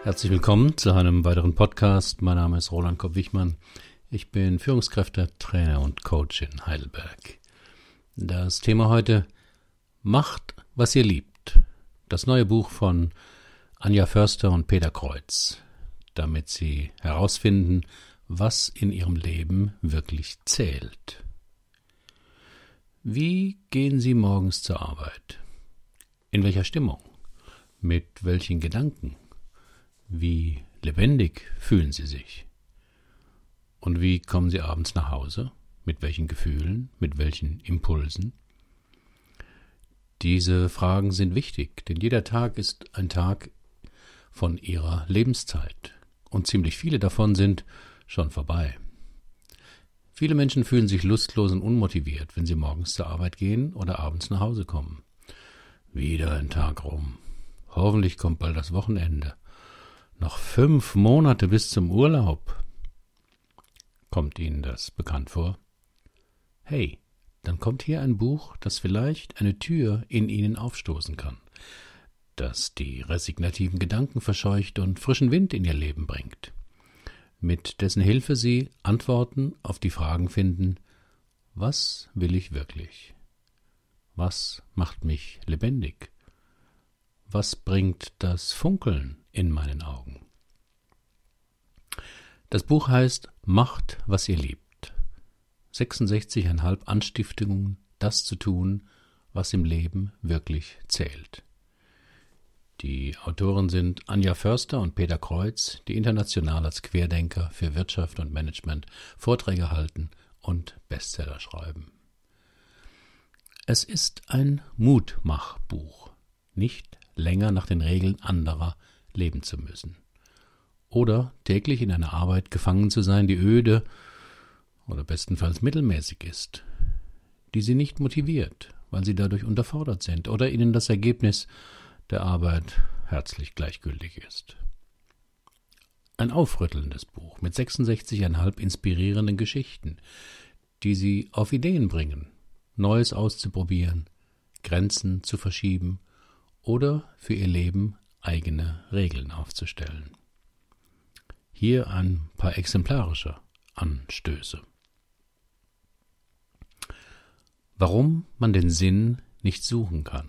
Herzlich willkommen zu einem weiteren Podcast. Mein Name ist Roland Kopp-Wichmann. Ich bin Führungskräfte-Trainer und Coach in Heidelberg. Das Thema heute: Macht, was ihr liebt. Das neue Buch von Anja Förster und Peter Kreuz, damit Sie herausfinden, was in Ihrem Leben wirklich zählt. Wie gehen Sie morgens zur Arbeit? In welcher Stimmung? Mit welchen Gedanken? Wie lebendig fühlen Sie sich? Und wie kommen Sie abends nach Hause? Mit welchen Gefühlen? Mit welchen Impulsen? Diese Fragen sind wichtig, denn jeder Tag ist ein Tag von Ihrer Lebenszeit und ziemlich viele davon sind schon vorbei. Viele Menschen fühlen sich lustlos und unmotiviert, wenn sie morgens zur Arbeit gehen oder abends nach Hause kommen. Wieder ein Tag rum. Hoffentlich kommt bald das Wochenende. Noch 5 Monate bis zum Urlaub. Kommt Ihnen das bekannt vor? Hey, dann kommt hier ein Buch, das vielleicht eine Tür in Ihnen aufstoßen kann, das die resignativen Gedanken verscheucht und frischen Wind in Ihr Leben bringt, mit dessen Hilfe Sie Antworten auf die Fragen finden: Was will ich wirklich? Was macht mich lebendig? Was bringt das Funkeln in meinen Augen? Das Buch heißt Macht, was ihr liebt. 66,5 Anstiftungen, das zu tun, was im Leben wirklich zählt. Die Autoren sind Anja Förster und Peter Kreuz, die international als Querdenker für Wirtschaft und Management Vorträge halten und Bestseller schreiben. Es ist ein Mutmachbuch, nicht länger nach den Regeln anderer leben zu müssen. Oder täglich in einer Arbeit gefangen zu sein, die öde oder bestenfalls mittelmäßig ist, die Sie nicht motiviert, weil Sie dadurch unterfordert sind oder Ihnen das Ergebnis der Arbeit herzlich gleichgültig ist. Ein aufrüttelndes Buch mit 66,5 inspirierenden Geschichten, die Sie auf Ideen bringen, Neues auszuprobieren, Grenzen zu verschieben oder für Ihr Leben eigene Regeln aufzustellen. Hier ein paar exemplarische Anstöße. Warum man den Sinn nicht suchen kann.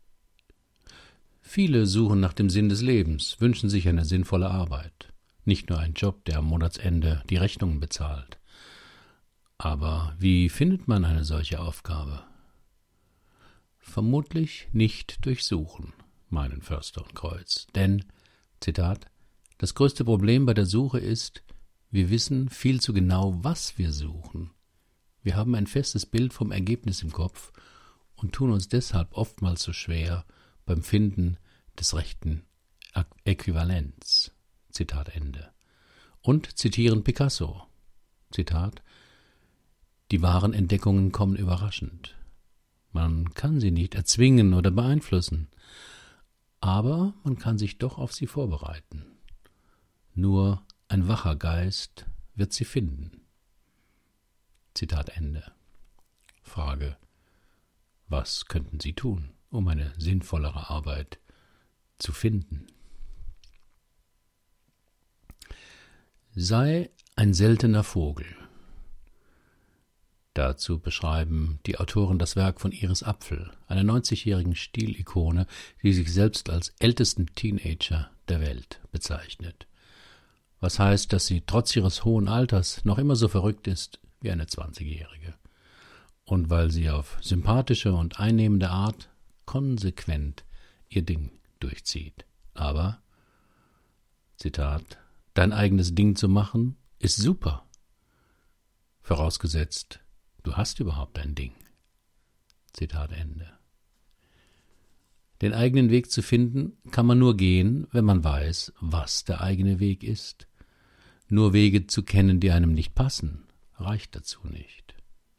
Viele suchen nach dem Sinn des Lebens, wünschen sich eine sinnvolle Arbeit, nicht nur einen Job, der am Monatsende die Rechnungen bezahlt. Aber wie findet man eine solche Aufgabe? Vermutlich nicht durch Suchen, meinen Förster und Kreuz. Denn, Zitat, das größte Problem bei der Suche ist, wir wissen viel zu genau, was wir suchen. Wir haben ein festes Bild vom Ergebnis im Kopf und tun uns deshalb oftmals so schwer beim Finden des rechten Äquivalents. Zitat Ende. Und zitieren Picasso. Zitat, die wahren Entdeckungen kommen überraschend. Man kann sie nicht erzwingen oder beeinflussen, aber man kann sich doch auf sie vorbereiten. Nur ein wacher Geist wird sie finden. Zitat Ende. Frage: Was könnten Sie tun, um eine sinnvollere Arbeit zu finden? Sei ein seltener Vogel. Dazu beschreiben die Autoren das Werk von Iris Apfel, einer 90-jährigen Stilikone, die sich selbst als ältesten Teenager der Welt bezeichnet. Was heißt, dass sie trotz ihres hohen Alters noch immer so verrückt ist wie eine 20-Jährige. Und weil sie auf sympathische und einnehmende Art konsequent ihr Ding durchzieht. Aber, Zitat, dein eigenes Ding zu machen, ist super. Vorausgesetzt, du hast überhaupt ein Ding. Zitat Ende. Den eigenen Weg zu finden, kann man nur gehen, wenn man weiß, was der eigene Weg ist. Nur Wege zu kennen, die einem nicht passen, reicht dazu nicht.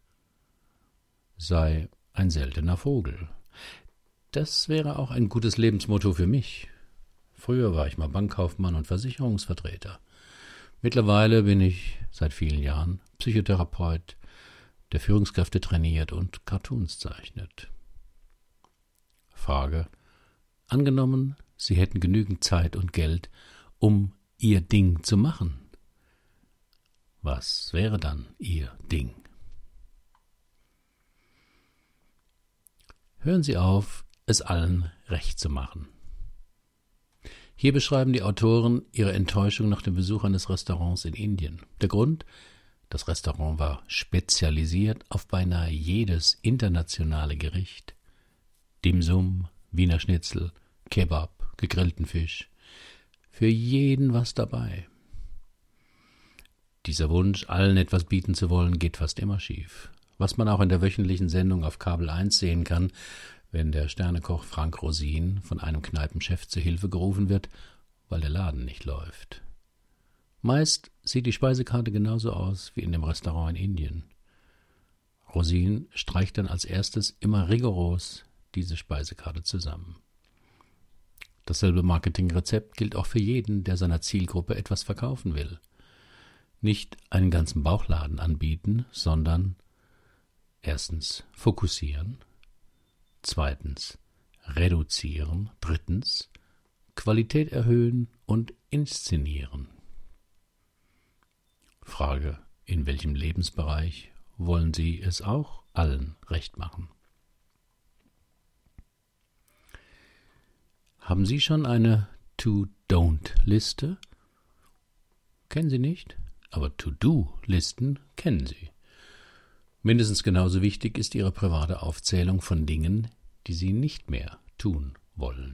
Sei ein seltener Vogel. Das wäre auch ein gutes Lebensmotto für mich. Früher war ich mal Bankkaufmann und Versicherungsvertreter. Mittlerweile bin ich seit vielen Jahren Psychotherapeut, der Führungskräfte trainiert und Cartoons zeichnet. Frage: Angenommen, Sie hätten genügend Zeit und Geld, um ihr Ding zu machen. Was wäre dann ihr Ding? Hören Sie auf, es allen recht zu machen. Hier beschreiben die Autoren ihre Enttäuschung nach dem Besuch eines Restaurants in Indien. Der Grund? Das Restaurant war spezialisiert auf beinahe jedes internationale Gericht. Dim Sum, Wiener Schnitzel, Kebab, gegrillten Fisch. Für jeden was dabei. Dieser Wunsch, allen etwas bieten zu wollen, geht fast immer schief. Was man auch in der wöchentlichen Sendung auf Kabel 1 sehen kann, wenn der Sternekoch Frank Rosin von einem Kneipenchef zu Hilfe gerufen wird, weil der Laden nicht läuft. Meist sieht die Speisekarte genauso aus wie in dem Restaurant in Indien. Rosin streicht dann als erstes immer rigoros diese Speisekarte zusammen. Dasselbe Marketingrezept gilt auch für jeden, der seiner Zielgruppe etwas verkaufen will. Nicht einen ganzen Bauchladen anbieten, sondern erstens fokussieren, zweitens reduzieren, drittens Qualität erhöhen und inszenieren. Frage: In welchem Lebensbereich wollen Sie es auch allen recht machen? Haben Sie schon eine To-Don't-Liste? Kennen Sie nicht? Aber To-Do-Listen kennen Sie. Mindestens genauso wichtig ist Ihre private Aufzählung von Dingen, die Sie nicht mehr tun wollen.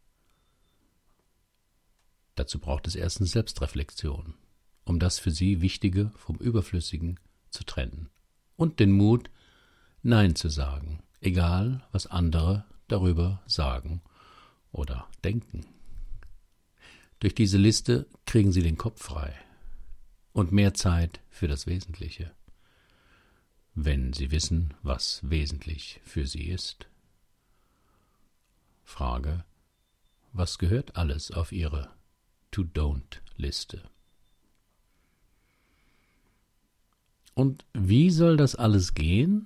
Dazu braucht es erstens Selbstreflexion, um das für Sie Wichtige vom Überflüssigen zu trennen. Und den Mut, Nein zu sagen, egal was andere darüber sagen oder denken. Durch diese Liste kriegen Sie den Kopf frei und mehr Zeit für das Wesentliche, wenn Sie wissen, was wesentlich für Sie ist. Frage: Was gehört alles auf Ihre To-Don't-Liste? Und wie soll das alles gehen?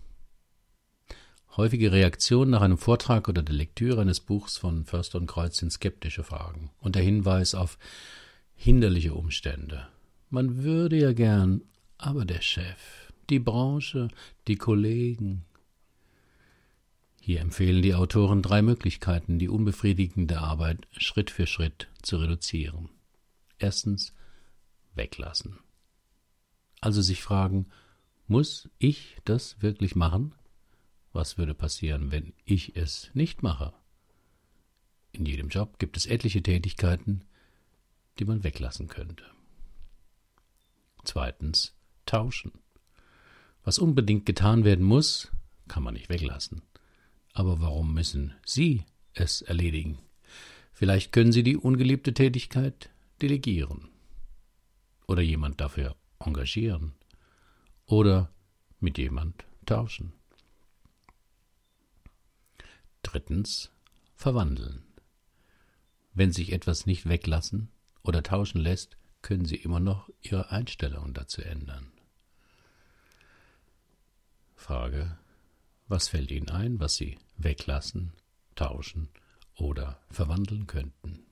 Häufige Reaktionen nach einem Vortrag oder der Lektüre eines Buchs von Förster und Kreuz sind skeptische Fragen und der Hinweis auf hinderliche Umstände. Man würde ja gern, aber der Chef, die Branche, die Kollegen. Hier empfehlen die Autoren 3 Möglichkeiten, die unbefriedigende Arbeit Schritt für Schritt zu reduzieren. Erstens, weglassen. Also sich fragen, muss ich das wirklich machen? Was würde passieren, wenn ich es nicht mache? In jedem Job gibt es etliche Tätigkeiten, die man weglassen könnte. Zweitens, tauschen. Was unbedingt getan werden muss, kann man nicht weglassen. Aber warum müssen Sie es erledigen? Vielleicht können Sie die ungeliebte Tätigkeit delegieren oder jemand dafür engagieren oder mit jemand tauschen. Drittens, verwandeln. Wenn sich etwas nicht weglassen oder tauschen lässt, können Sie immer noch Ihre Einstellung dazu ändern. Frage: Was fällt Ihnen ein, was Sie weglassen, tauschen oder verwandeln könnten?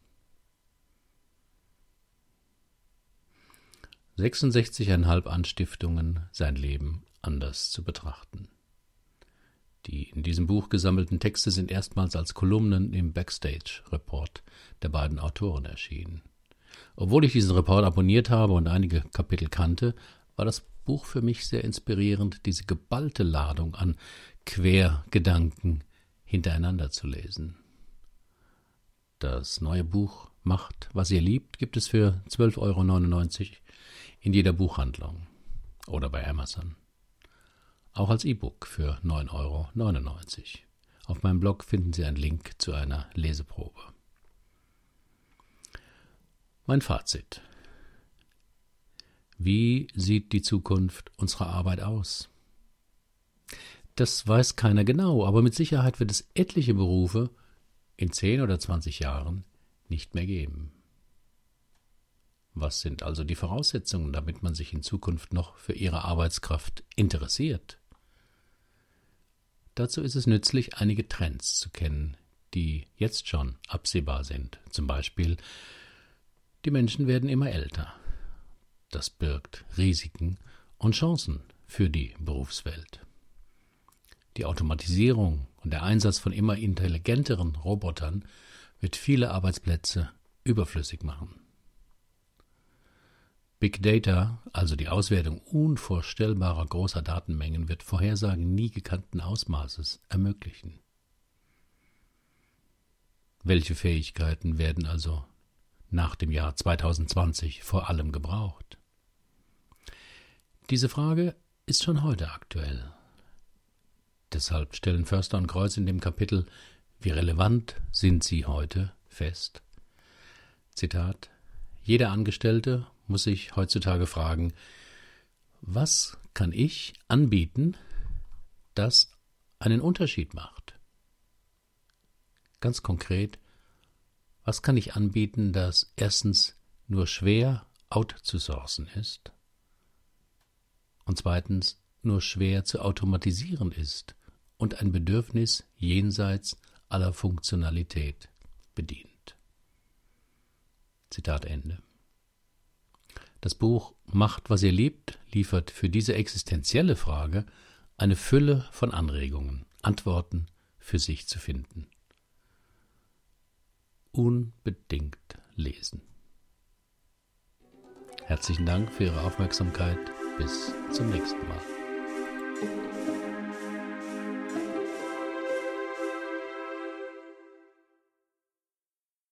66,5 Anstiftungen, sein Leben anders zu betrachten. Die in diesem Buch gesammelten Texte sind erstmals als Kolumnen im Backstage-Report der beiden Autoren erschienen. Obwohl ich diesen Report abonniert habe und einige Kapitel kannte, war das Buch für mich sehr inspirierend, diese geballte Ladung an Quergedanken hintereinander zu lesen. Das neue Buch Macht, was ihr liebt, gibt es für 12,99 € in jeder Buchhandlung oder bei Amazon. Auch als E-Book für 9,99 €. Auf meinem Blog finden Sie einen Link zu einer Leseprobe. Mein Fazit: Wie sieht die Zukunft unserer Arbeit aus? Das weiß keiner genau, aber mit Sicherheit wird es etliche Berufe in 10 oder 20 Jahren nicht mehr geben. Was sind also die Voraussetzungen, damit man sich in Zukunft noch für ihre Arbeitskraft interessiert? Dazu ist es nützlich, einige Trends zu kennen, die jetzt schon absehbar sind. Zum Beispiel Die Menschen werden immer älter. Das birgt Risiken und Chancen für die Berufswelt. Die Automatisierung und der Einsatz von immer intelligenteren Robotern wird viele Arbeitsplätze überflüssig machen. Big Data, also die Auswertung unvorstellbarer großer Datenmengen, wird Vorhersagen nie gekannten Ausmaßes ermöglichen. Welche Fähigkeiten werden also nach dem Jahr 2020 vor allem gebraucht? Diese Frage ist schon heute aktuell. Deshalb stellen Förster und Kreuz in dem Kapitel »Wie relevant sind sie heute?« fest. Zitat: Jeder Angestellte muss sich heutzutage fragen, was kann ich anbieten, das einen Unterschied macht? Ganz konkret, was kann ich anbieten, das erstens nur schwer outzusourcen ist und zweitens nur schwer zu automatisieren ist und ein Bedürfnis jenseits aller Funktionalität bedient. Zitat Ende. Das Buch »Macht, was ihr liebt« liefert für diese existenzielle Frage eine Fülle von Anregungen, Antworten für sich zu finden. Unbedingt lesen. Herzlichen Dank für Ihre Aufmerksamkeit. Bis zum nächsten Mal.